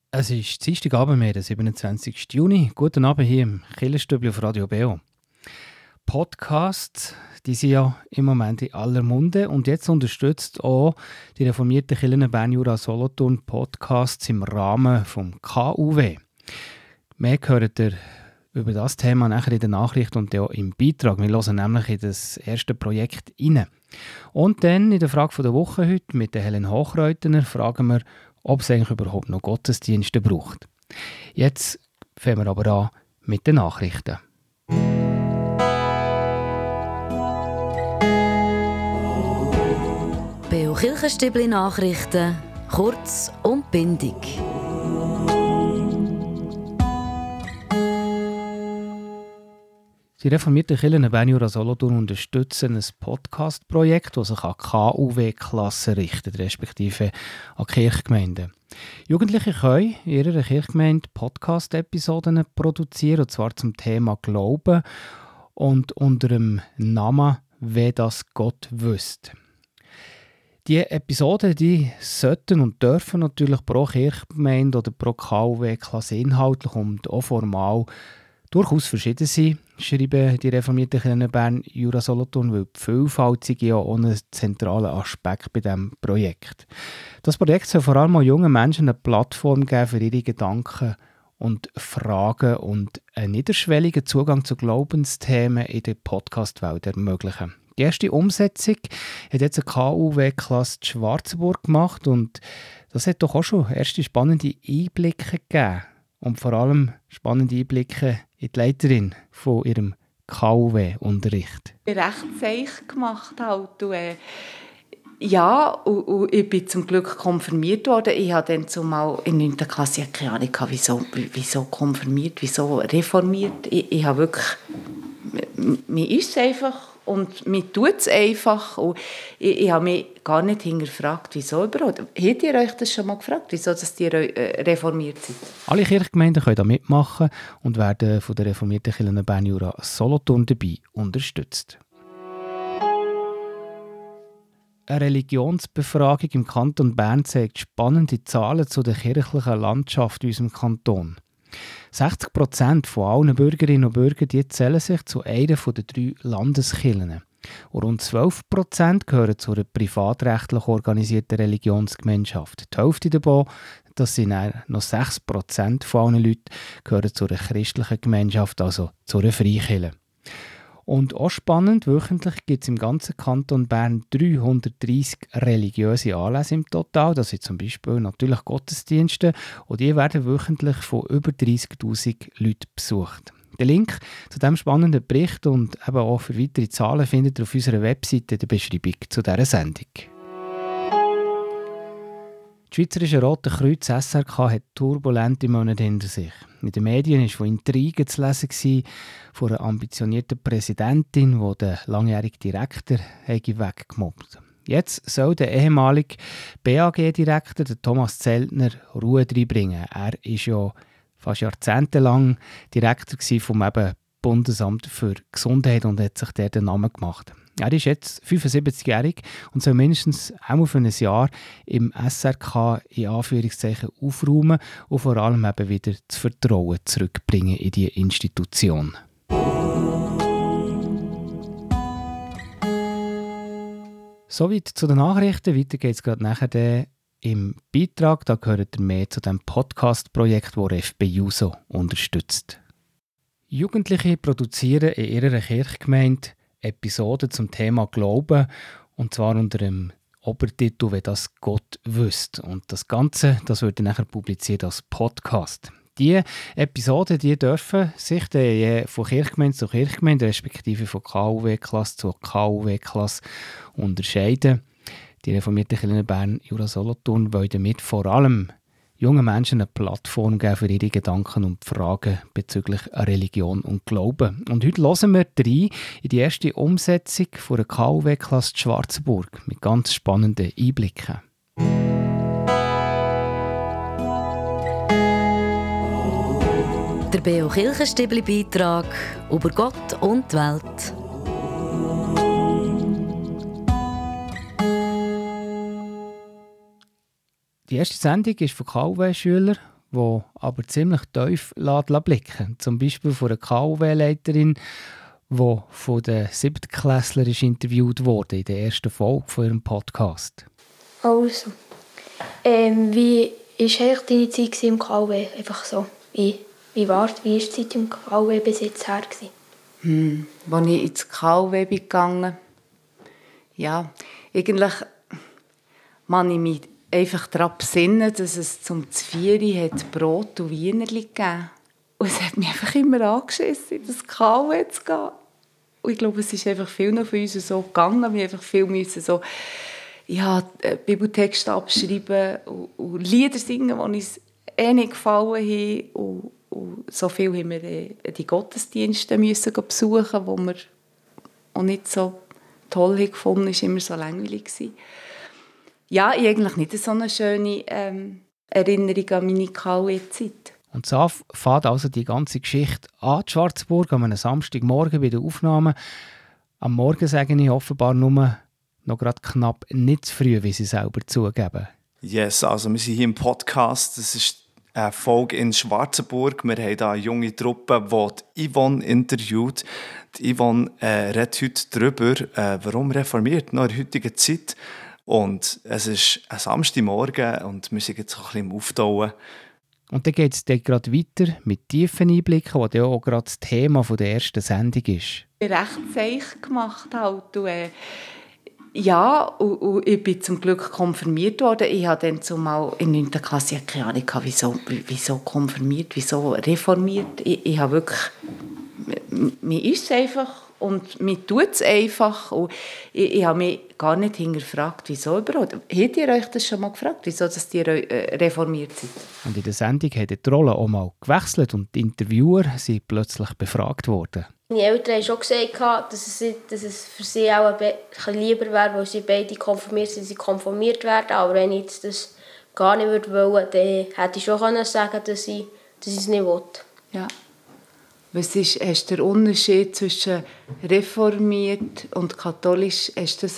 Es ist Dienstagabend, der 27. Juni. Guten Abend hier im Kirchenstübli auf Radio BO. Podcasts, die sind ja im Moment in aller Munde und jetzt unterstützt auch die reformierte Kirche Bern Jura Solothurn Podcasts im Rahmen vom KUW. Mehr hört ihr über das Thema nachher in der Nachricht und auch im Beitrag. Wir hören nämlich in das erste Projekt rein. Und dann in der Frage der Woche heute mit der Helen Hochreutner fragen wir, ob es eigentlich überhaupt noch Gottesdienste braucht. Jetzt fangen wir aber an mit den Nachrichten. BO Kirchenstübli Nachrichten, kurz und bindig. Die reformierte Kirche Bern Jura Solothurn unterstützen ein Podcast-Projekt, das sich an KUW-Klassen richtet, respektive an Kirchgemeinden. Jugendliche können in ihrer Kirchgemeinde Podcast-Episoden produzieren, und zwar zum Thema Glauben und unter dem Namen «Wer das Gott wüsst». Die Episoden die sollten und dürfen natürlich pro Kirchgemeinde oder pro KUW-Klasse inhaltlich und auch formal durchaus verschieden sein, schreiben die reformierte Kirche Bern Jura Solothurn, weil die Vielfalt sei ja auch ein zentraler Aspekt bei diesem Projekt. Das Projekt soll vor allem auch jungen Menschen eine Plattform geben für ihre Gedanken und Fragen und einen niederschwelligen Zugang zu Glaubensthemen in der Podcast-Welt ermöglichen. Die erste Umsetzung hat jetzt eine KUW-Klasse Schwarzenburg gemacht und das hat doch auch schon erste spannende Einblicke gegeben. Und vor allem spannende Einblicke in die Leiterin von ihrem KUW-Unterricht. Ich habe recht seich gemacht halt. Und ich bin zum Glück konfirmiert worden. Ich hatte dann zumal in 9. Klasse keine Ahnung, wieso konfirmiert, wieso reformiert. Ich habe wirklich, mir ist es einfach und mir tut es einfach. Und ich habe mich gar nicht hinterfragt, wieso überhaupt. Habt ihr euch das schon mal gefragt, wieso dass ihr reformiert seid? Alle Kirchgemeinden können da mitmachen und werden von der reformierten Kirche Bern Jura Solothurn dabei unterstützt. Eine Religionsbefragung im Kanton Bern zeigt spannende Zahlen zu der kirchlichen Landschaft in unserem Kanton. 60% von allen Bürgerinnen und Bürgern die zählen sich zu einer der 3 Landeskirchen. Und rund 12% gehören zu einer privatrechtlich organisierten Religionsgemeinschaft. Die Hälfte davon, das sind noch 6% von allen Leuten, gehören zu einer christlichen Gemeinschaft, also zu einer Freikirche. Und auch spannend, wöchentlich gibt es im ganzen Kanton Bern 330 religiöse Anlässe im Total. Das sind zum Beispiel natürlich Gottesdienste und die werden wöchentlich von über 30'000 Leuten besucht. Den Link zu diesem spannenden Bericht und eben auch für weitere Zahlen findet ihr auf unserer Webseite in der Beschreibung zu dieser Sendung. Das Schweizerische Rote Kreuz SRK hat turbulente Monate hinter sich. In den Medien war von Intrigen zu lesen, von einer ambitionierten Präsidentin, die den langjährigen Direktor weggemobbt. Jetzt soll der ehemalige BAG-Direktor, Thomas Zeltner, Ruhe reinbringen. Er war ja fast jahrzehntelang Direktor vom Bundesamt für Gesundheit und hat sich dort den Namen gemacht. Er ist jetzt 75-jährig und soll mindestens einmal für ein Jahr im SRK in Anführungszeichen aufräumen und vor allem eben wieder das Vertrauen zurückbringen in die Institution. Soweit zu den Nachrichten. Weiter geht es gerade nachher im Beitrag. Da gehört ihr mehr zu dem Podcast-Projekt, das FB JUSO unterstützt. Jugendliche produzieren in ihrer Kirchgemeinde Episoden zum Thema Glauben, und zwar unter dem Obertitel «Wer das Gott wüsst». Und das Ganze, das wird dann nachher publiziert als Podcast. Die Episoden, die dürfen sich dann von Kirchgemeinde zu Kirchgemeinde, respektive von KUW-Klasse zu KUW-Klasse unterscheiden. Die reformierte Kirche Bern Jura Solothurn wollen damit vor allem jungen Menschen eine Plattform geben für ihre Gedanken und Fragen bezüglich Religion und Glauben. Und heute hören wir rein in die erste Umsetzung von der KUW-Klasse Schwarzenburg mit ganz spannenden Einblicken. Der BO Kirchenstübli-Beitrag über Gott und die Welt. Die erste Sendung ist von KUW-Schülern, die aber ziemlich tief blicken. Zum Beispiel von einer KUW-Leiterin, die von den 7. interviewt wurde in der ersten Folge von ihrem Podcast. Also, wie war eigentlich deine Zeit im KUW? Einfach so, wie war die Zeit im KUW bis jetzt her? Als ich ins KUW bin gegangen, ja, eigentlich kann ich mich einfach daran besinnen, dass es zum 4 Brot und Wienerli gegeben. Und es hat mich einfach immer angeschissen, in das KUW zu gehen. Und ich glaube, es ist einfach vielen von uns so gegangen. Wir einfach viel müssen so, Bibeltexte abschreiben und Lieder singen, die uns nicht gefallen haben. Und so viel haben wir die Gottesdienste müssen besuchen, die wir auch nicht so toll gefunden haben. Es war immer so langweilig. Ja, ich habe eigentlich nicht so eine schöne Erinnerung an meine KUW-Zeit. Und so fängt also die ganze Geschichte an in Schwarzburg an einem Samstagmorgen bei der Aufnahme. Am Morgen sage ich offenbar nur noch gerade knapp nicht zu früh, wie sie selber zugeben. Yes, also wir sind hier im Podcast. Das ist eine Folge in Schwarzenburg. Wir haben hier eine junge Truppe, die Yvonne interviewt. Die Yvonne redet heute darüber, warum reformiert noch in der heutigen Zeit. Und es ist ein Samstagmorgen und wir sind jetzt ein bisschen im Auftauen. Und dann geht es gerade weiter mit tiefen Einblicken, was auch gerade das Thema der ersten Sendung ist. Ich habe recht Zeichen gemacht. Halt. Und ich bin zum Glück konfirmiert worden. Ich hatte dann zumal in 9. Klasse keine Ahnung, wieso konfirmiert, wieso reformiert. Ich habe wirklich, mir ist es einfach und mir tut es einfach. Und ich habe mich gar nicht hinterfragt, wieso überhaupt. Habt ihr euch das schon mal gefragt, wieso dass ihr reformiert seid? Und in der Sendung haben die Rollen auch mal gewechselt und die Interviewer sind plötzlich befragt worden. Meine Eltern haben schon gesagt, dass es für sie auch ein bisschen lieber wäre, weil sie beide konfirmiert sind, sie konfirmiert werden. Aber wenn ich jetzt das gar nicht wollte, dann hätte ich schon sagen können, dass ich es nicht will. Ja. Hast du den Unterschied zwischen reformiert und katholisch? Wie hast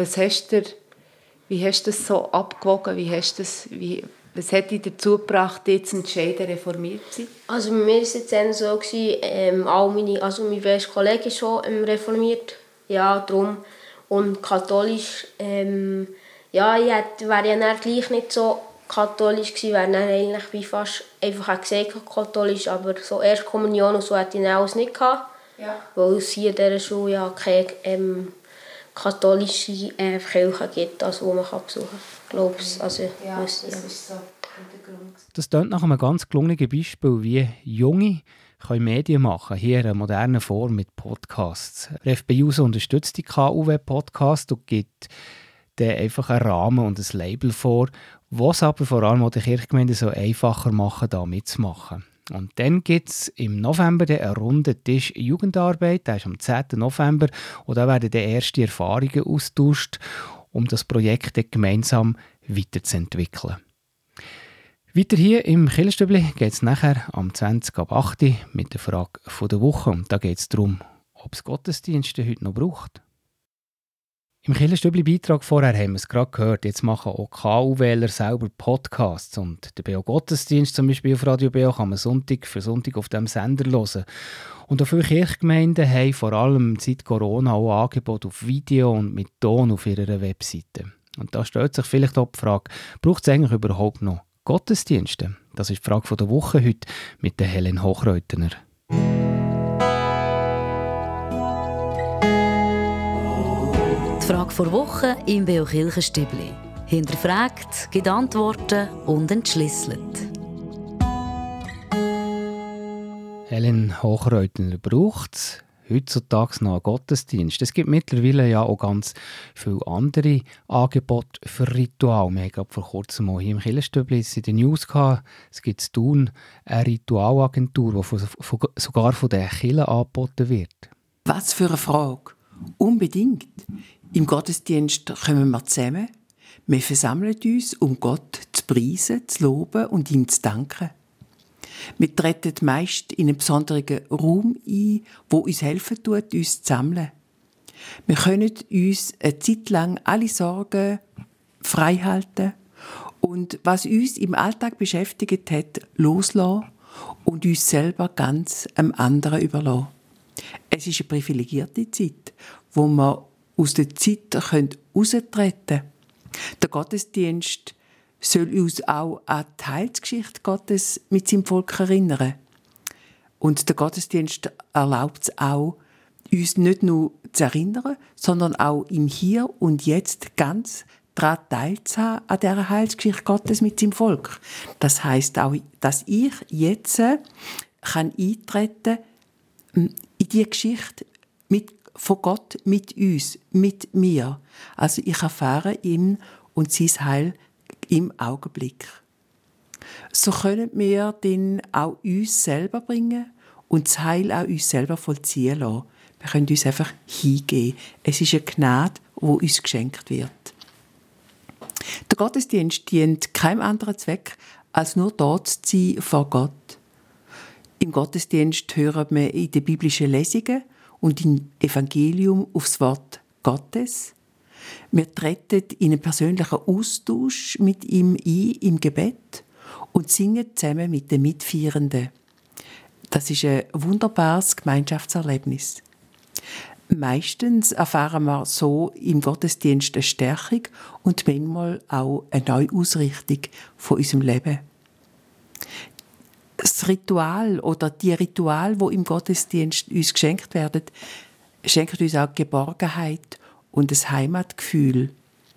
du das so abgewogen? Was hat dich dazu gebracht, dich zu entscheiden, reformiert zu sein? Also bei mir war es jetzt so, mein bester Kollege ist schon reformiert. Ja, darum. Und katholisch, ich wäre ja dann gleich nicht so katholisch gewesen, wäre dann eigentlich wie fast einfach gesagt katholisch, aber so Erstkommunion und so hätte ich dann alles nicht gehabt. Ja. Weil es hier in dieser Schule ja keine katholische Kirche gibt, also, die man besuchen kann. Das ist so. Das klingt nach einem ganz gelungenen Beispiel, wie Junge Medien machen, hier in einer modernen Form mit Podcasts. Ref Bejuso unterstützt die KUW-Podcast und gibt dann einfach einen Rahmen und ein Label vor, was aber vor allem auch die Kirchgemeinden so einfacher machen, da mitzumachen. Und dann gibt es im November einen runden Tisch Jugendarbeit, der ist am 10. November, und da werden dann erste Erfahrungen austauscht, um das Projekt dann gemeinsam weiterzuentwickeln. Weiter hier im Kirchenstübli geht es nachher am 20.08 Uhr mit der Frage der Woche. Und da geht es darum, ob es Gottesdienste heute noch braucht. Im Kirchenstübli-Beitrag vorher haben wir es gerade gehört, jetzt machen auch KU-Wähler selber Podcasts. Und den BO-Gottesdienst zum Beispiel auf Radio BO kann man Sonntag für Sonntag auf diesem Sender hören. Und auch viele Kirchgemeinden haben vor allem seit Corona auch Angebote auf Video und mit Ton auf ihrer Webseite. Und da stellt sich vielleicht auch die Frage, braucht es eigentlich überhaupt noch Gottesdienste? Das ist die Frage der Woche heute mit der Helen Hochreutener. Die Frage der Woche im BO Kirchenstübli. Hinterfragt, gibt Antworten und entschlüsselt. Helen Hochreutener, braucht es heutzutage noch einen Gottesdienst? Es gibt mittlerweile ja auch ganz viele andere Angebote für Ritual. Wir haben gerade vor kurzem mal hier im Kirchenstübli in den News gehabt. Es gibt in Thun eine Ritualagentur, die sogar von den Kirchen angeboten wird. Was für eine Frage. Unbedingt. Im Gottesdienst kommen wir zusammen. Wir versammeln uns, um Gott zu preisen, zu loben und ihm zu danken. Wir treten meist in einen besonderen Raum ein, der uns helfen tut, uns zu sammeln. Wir können uns eine Zeit lang alle Sorgen frei halten Und was uns im Alltag beschäftigt hat, loslassen und uns selber ganz einem anderen überlassen. Es ist eine privilegierte Zeit, wo wir aus der Zeit heraustreten können. Der Gottesdienst soll uns auch an die Heilsgeschichte Gottes mit seinem Volk erinnern. Und der Gottesdienst erlaubt es auch, uns nicht nur zu erinnern, sondern auch im Hier und Jetzt ganz daran teilzuhaben an dieser Heilsgeschichte Gottes mit seinem Volk. Das heisst auch, dass ich jetzt eintreten kann in diese Geschichte von Gott mit uns, mit mir. Also ich erfahre ihn und sein Heil im Augenblick. So können wir dann auch uns selber bringen und das Heil auch uns selber vollziehen lassen. Wir können uns einfach hingeben. Es ist eine Gnade, die uns geschenkt wird. Der Gottesdienst dient keinem anderen Zweck, als nur dort zu sein vor Gott. Im Gottesdienst hören wir in den biblischen Lesungen und im Evangelium aufs Wort Gottes. Wir treten in einen persönlichen Austausch mit ihm ein im Gebet und singen zusammen mit den Mitfeiernden. Das ist ein wunderbares Gemeinschaftserlebnis. Meistens erfahren wir so im Gottesdienst eine Stärkung und manchmal auch eine Neuausrichtung von unserem Leben. Das Ritual oder die Rituale, die im Gottesdienst uns geschenkt werden, schenken uns auch Geborgenheit und ein Heimatgefühl.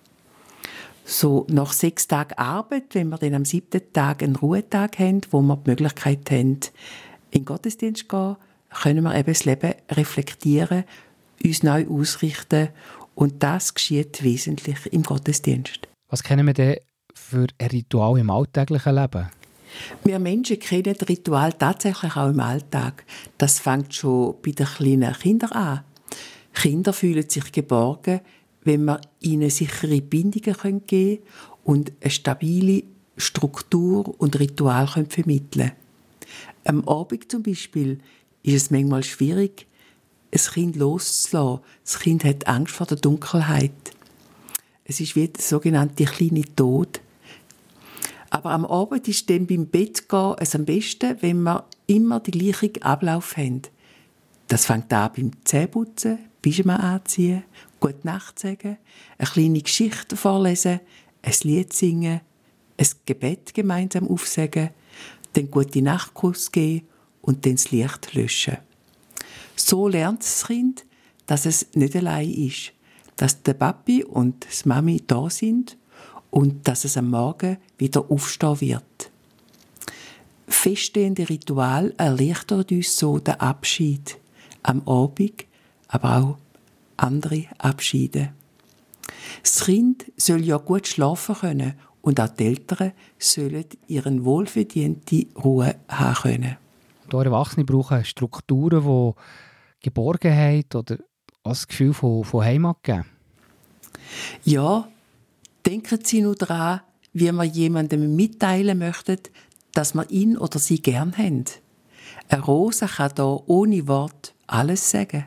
So nach 6 Tagen Arbeit, wenn wir dann am 7. Tag einen Ruhetag haben, wo wir die Möglichkeit haben, in den Gottesdienst zu gehen, können wir eben das Leben reflektieren, uns neu ausrichten und das geschieht wesentlich im Gottesdienst. Was kennen wir denn für ein Ritual im alltäglichen Leben? Wir Menschen kennen das Ritual tatsächlich auch im Alltag. Das fängt schon bei den kleinen Kindern an. Kinder fühlen sich geborgen, wenn wir ihnen sichere Bindungen geben können und eine stabile Struktur und Ritual vermitteln können. Am Abend zum Beispiel ist es manchmal schwierig, ein Kind loszulassen. Das Kind hat Angst vor der Dunkelheit. Es ist wie der sogenannte kleine Tod. Aber am Abend ist dann beim Bettgehen es am besten, wenn wir immer den gleichen Ablauf haben. Das fängt an beim Zähneputzen, Pyjama anziehen, gute Nacht sagen, eine kleine Geschichte vorlesen, ein Lied singen, ein Gebet gemeinsam aufsagen, dann gute Nachtkuss geben und dann das Licht löschen. So lernt das Kind, dass es nicht allein ist, dass der Papi und die Mami da sind und dass es am Morgen wieder aufstehen wird. Feststehende Ritual erleichtert uns so den Abschied am Abend, aber auch andere Abschiede. Das Kind soll ja gut schlafen können und auch die Eltern sollen ihren wohlverdiente Ruhe haben können. Die Erwachsene brauchen Strukturen, die Geborgenheit oder das Gefühl von Heimat geben. Ja, denken Sie nur daran, wie wir jemandem mitteilen möchten, dass wir ihn oder sie gern haben. Eine Rose kann da ohne Wort alles sagen.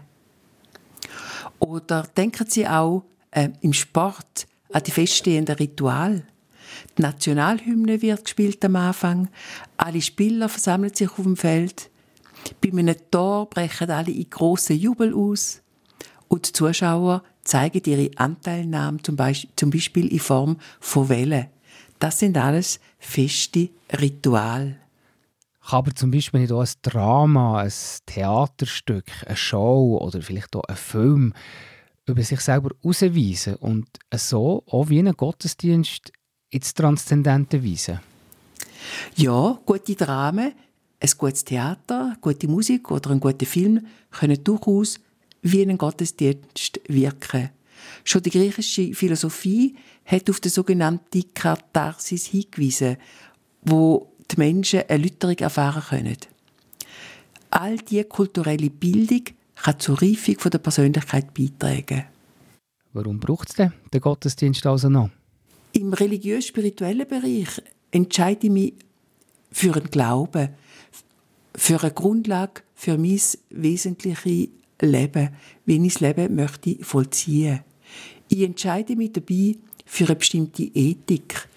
Oder denken Sie auch im Sport an die feststehenden Rituale. Die Nationalhymne wird gespielt am Anfang, alle Spieler versammeln sich auf dem Feld, bei einem Tor brechen alle in grossen Jubel aus und die Zuschauer zeigen ihre Anteilnahme zum Beispiel in Form von Wellen. Das sind alles feste Rituale. Kann aber zum Beispiel nicht auch ein Drama, ein Theaterstück, eine Show oder vielleicht auch ein Film über sich selber herausweisen und so auch wie ein Gottesdienst ins Transzendente weisen? Ja, gute Dramen, ein gutes Theater, gute Musik oder ein guter Film können durchaus wie ein Gottesdienst wirken. Schon die griechische Philosophie hat auf die sogenannte Katharsis hingewiesen, wo die Menschen Erläuterung erfahren können. All diese kulturelle Bildung kann zur Reifung der Persönlichkeit beitragen. Warum braucht es denn den Gottesdienst also noch? Im religiös-spirituellen Bereich entscheide ich mich für einen Glauben, für eine Grundlage für mein wesentliches Leben, wie ich das Leben möchte vollziehen. Ich entscheide mich dabei für eine bestimmte Ethik.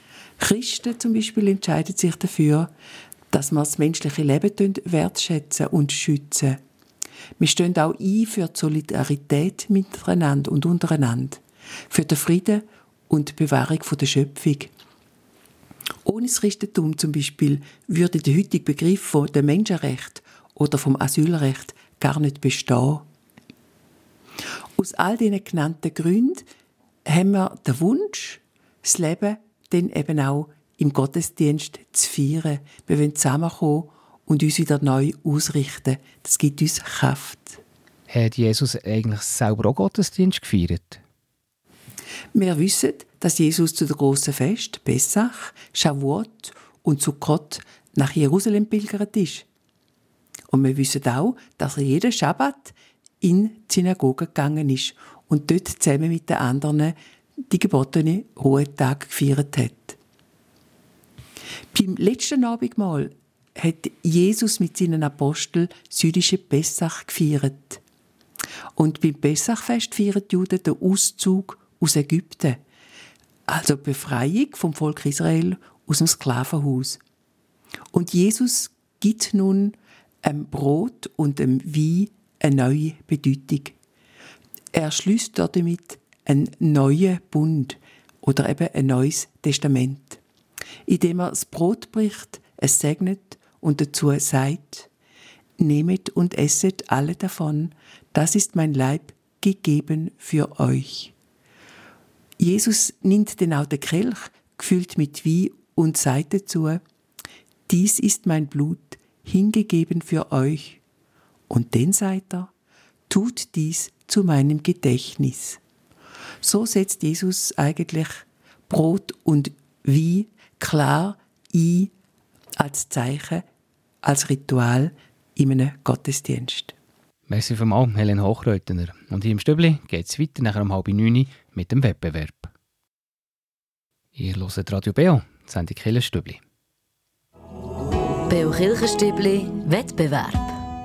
Christen zum Beispiel entscheiden sich dafür, dass wir das menschliche Leben wertschätzen und schützen. Wir stehen auch ein für die Solidarität miteinander und untereinander, für den Frieden und die Bewahrung der Schöpfung. Ohne das Christentum zum Beispiel würde der heutige Begriff von dem Menschenrecht oder vom Asylrecht gar nicht bestehen. Aus all diesen genannten Gründen haben wir den Wunsch, das Leben dann eben auch im Gottesdienst zu feiern. Wir wollen zusammenkommen und uns wieder neu ausrichten. Das gibt uns Kraft. Hat Jesus eigentlich selber auch Gottesdienst gefeiert? Wir wissen, dass Jesus zu den grossen Festen, Pessach, Shavuot und Sukkot, nach Jerusalem pilgert ist. Und wir wissen auch, dass er jeden Schabbat in die Synagoge gegangen ist und dort zusammen mit den anderen die gebotenen Ruhetage gefeiert hat. Beim letzten Abendmahl hat Jesus mit seinen Aposteln das jüdische Pessach gefeiert. Und beim Pessachfest feiern die Juden den Auszug aus Ägypten, also die Befreiung vom Volk Israel aus dem Sklavenhaus. Und Jesus gibt nun dem Brot und dem Wein eine neue Bedeutung. Er schließt damit einen neuen Bund oder eben ein neues Testament, indem er das Brot bricht, es segnet und dazu sagt: Nehmet und esset alle davon, das ist mein Leib gegeben für euch. Jesus nimmt dann auch den Kelch, gefüllt mit Wein, und sagt dazu: Dies ist mein Blut, hingegeben für euch. Und dann sagt er: Tut dies zu meinem Gedächtnis. So setzt Jesus eigentlich Brot und Wein klar ein als Zeichen, als Ritual in einem Gottesdienst. Merci vielmals, Helen Hochreutner. Und hier im Stübli geht es weiter nachher um 8:30 mit dem Wettbewerb. Ihr hört Radio Beo, die Sendung Kirchenstübli. Beo Kirchenstübli Wettbewerb.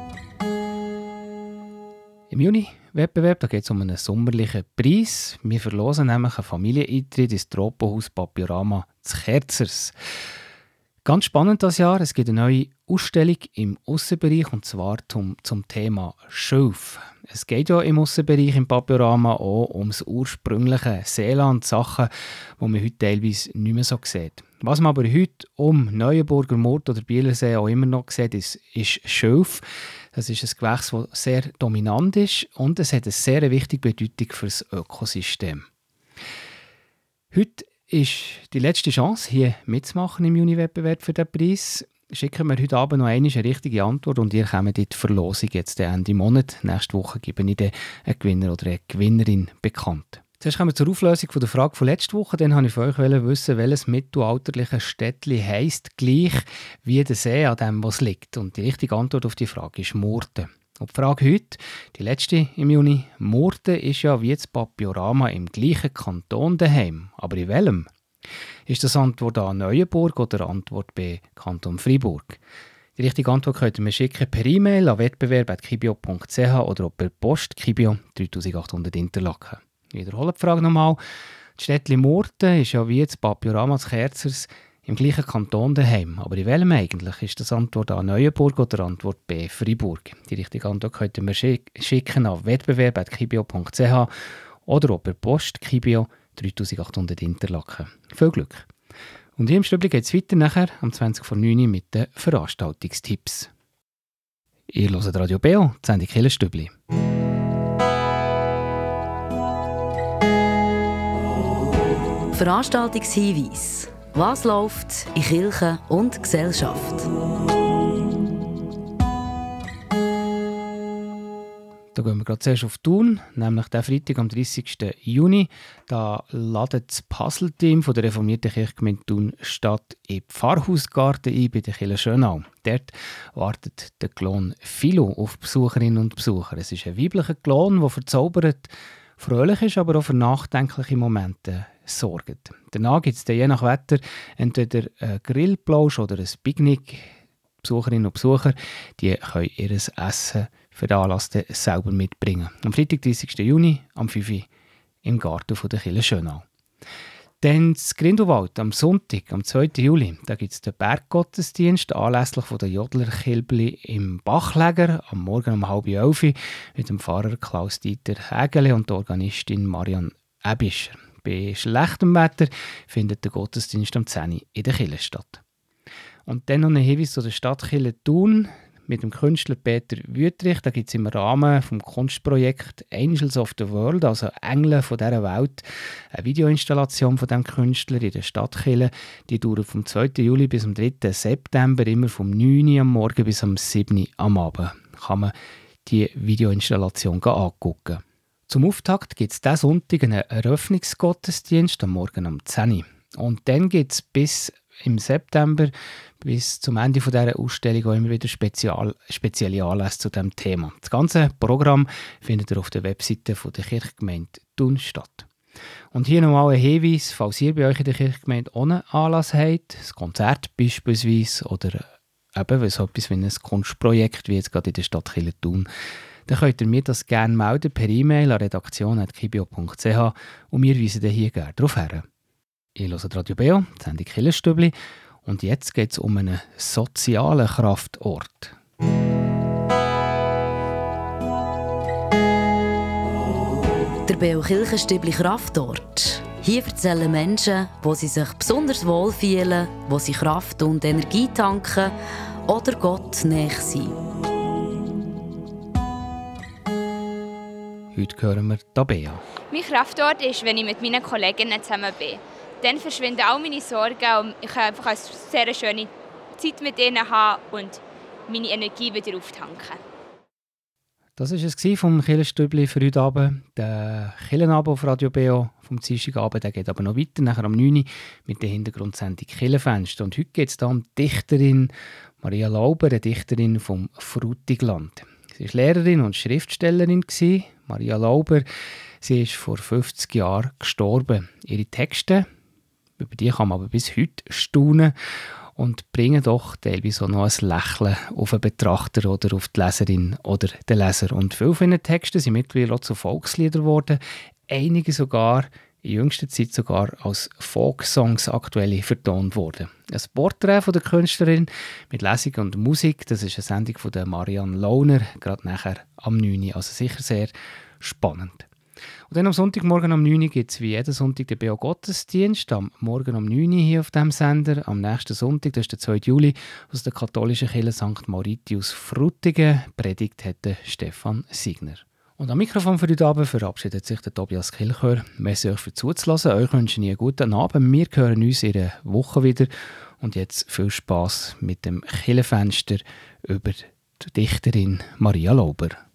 Im Juni-Wettbewerb geht es um einen sommerlichen Preis. Wir verlosen nämlich einen Familieneintritt ins Tropenhaus Papiorama zu Kerzers. Ganz spannend das Jahr, es gibt eine neue Ausstellung im Aussenbereich, und zwar zum Thema Schilf. Es geht ja im Aussenbereich im Papiorama auch ums ursprüngliche Seeland, Sachen, die man heute teilweise nicht mehr so sieht. Was man aber heute um Neuenburger Murten oder Bielersee auch immer noch sieht, ist Schilf. Das ist ein Gewächs, das sehr dominant ist, und es hat eine sehr wichtige Bedeutung für das Ökosystem. Heute ist die letzte Chance, hier mitzumachen im Juni-Wettbewerb für diesen Preis. Schicken wir heute Abend noch eine richtige Antwort und ihr kommt in die Verlosung jetzt Ende Monat. Nächste Woche gebe ich dann einen Gewinner oder eine Gewinnerin bekannt. Zuerst kommen wir zur Auflösung der Frage von letzter Woche. Dann wollte ich von euch wissen, welches mittelalterliche Städtchen heisst gleich wie der See, an dem was liegt. Und die richtige Antwort auf die Frage ist Murten. Und die Frage heute, die letzte im Juni: Murten ist ja wie das Papiorama im gleichen Kanton daheim. Aber in welchem? Ist das Antwort A Neuenburg oder Antwort B Kanton Freiburg? Die richtige Antwort könnt ihr mir schicken per E-Mail an wettbewerb@kibio.ch oder auch per Post Kibio 3800 Interlaken. Ich wiederhole die Frage nochmal. Das Städtchen Murten ist ja wie das Papiorama des Kerzers im gleichen Kanton daheim. Aber in welchem eigentlich? Ist das Antwort A Neuenburg oder Antwort B Freiburg? Die richtige Antwort könnt ihr mir schicken an wettbewerb@kibio.ch oder auch per Post Kibio 3800 Interlaken. Viel Glück! Und hier im Stübli geht es weiter nachher am 20:09 mit den Veranstaltungstipps. Ihr hört Radio Beo, die Sendung Kirchenstübli. Veranstaltungshinweis. Was läuft in Kirche und Gesellschaft? Da gehen wir gerade zuerst auf Thun, nämlich den Freitag am 30. Juni. Da ladet das Puzzle-Team von der reformierten Kirchgemeinde Thun Stadt im Pfarrhausgarten ein bei der Kirche Schönau. Dort wartet der Klon Philo auf Besucherinnen und Besucher. Es ist ein weiblicher Klon, der verzaubert, fröhlich ist, aber auch für nachdenkliche Momente sorgt. Danach gibt es je nach Wetter entweder einen Grillplausch oder ein Picknick. Besucherinnen und Besucher die können ihr Essen für den Anlass selber mitbringen. Am Freitag, 30. Juni, am 5 Uhr im Garten von der Kirche Schönau. Dann in Grindelwald am Sonntag, am 2. Juli, da gibt es den Berggottesdienst anlässlich von der Jodlerkilbli im Bachläger am Morgen um 10:30 mit dem Pfarrer Klaus-Dieter Hägele und der Organistin Marianne Ebischer. Bei schlechtem Wetter findet der Gottesdienst am 10 Uhr in der Kirche statt. Und dann noch ein Hinweis zu der Stadtkirche Thun mit dem Künstler Peter Wüthrich. Da gibt es im Rahmen des Kunstprojekts Angels of the World, also Engel von dieser Welt, eine Videoinstallation von diesem Künstler in der Stadtkirche. Die dauert vom 2. Juli bis zum 3. September, immer vom 9 Uhr am Morgen bis am 7 Uhr am Abend. Kann man die Videoinstallation angucken. Zum Auftakt gibt es diesen Sonntag einen Eröffnungsgottesdienst am Morgen um 10 Uhr. Und dann gibt es bis im September bis zum Ende dieser Ausstellung auch immer wieder spezielle Anlässe zu diesem Thema. Das ganze Programm findet ihr auf der Webseite der Kirchgemeinde Thun statt. Und hier nochmal ein Hinweis, falls ihr bei euch in der Kirchgemeinde ohne Anlass habt, ein Konzert beispielsweise oder eben so etwas wie ein Kunstprojekt, wie jetzt gerade in der Stadtkirche Thun, dann könnt ihr mir das gerne melden per E-Mail an redaktion@kibio.ch und wir weisen dann hier gerne darauf hin. Ihr hört Radio Beo, die Sendung Kirchenstübli, und jetzt geht es um einen sozialen Kraftort. Der Beo Kirchenstübli Kraftort. Hier erzählen Menschen, wo sie sich besonders wohlfühlen, wo sie Kraft und Energie tanken oder Gott näher sind. Heute hören wir Tabea. Mein Kraftort ist, wenn ich mit meinen Kolleginnen zusammen bin. Dann verschwinden all meine Sorgen und ich kann einfach eine sehr schöne Zeit mit ihnen haben und meine Energie wieder auftanken. Das war es vom Kirchenstübli für heute Abend. Der Kirchenabend auf Radio Beo vom Dienstagabend, der geht aber noch weiter, nachher am 9 Uhr mit der Hintergrundsendung Kirchenfenster. Und heute geht es um die Dichterin Maria Lauber, eine Dichterin vom Frutigland. Sie war Lehrerin und Schriftstellerin. Maria Lauber, sie ist vor 50 Jahren gestorben. Ihre Texte, über die kann man aber bis heute staunen und bringen doch teilweise auch noch ein Lächeln auf den Betrachter oder auf die Leserin oder den Leser. Und viele von ihren Texten sind mittlerweile auch zu Volksliedern geworden. Einige sogar, in jüngster Zeit sogar als Folksongs aktuell vertont worden. Ein Porträt von der Künstlerin mit Lesung und Musik, das ist eine Sendung von der Marianne Launer, gerade nachher am 9 Uhr. Also sicher sehr spannend. Und dann am Sonntagmorgen um 9 Uhr gibt es wie jeden Sonntag den Beo Gottesdienst. Am Morgen um 9 Uhr hier auf diesem Sender. Am nächsten Sonntag, das ist der 2. Juli, aus der katholischen Kirche St. Mauritius Frutigen. Predigt hat Stefan Signer. Und am Mikrofon für heute Abend verabschiedet sich der Tobias Kilchör. Merci euch für zuzuhören. Euch wünsche ich einen guten Abend. Wir hören uns in der Woche wieder. Und jetzt viel Spass mit dem Kirchenfenster über die Dichterin Maria Lauber.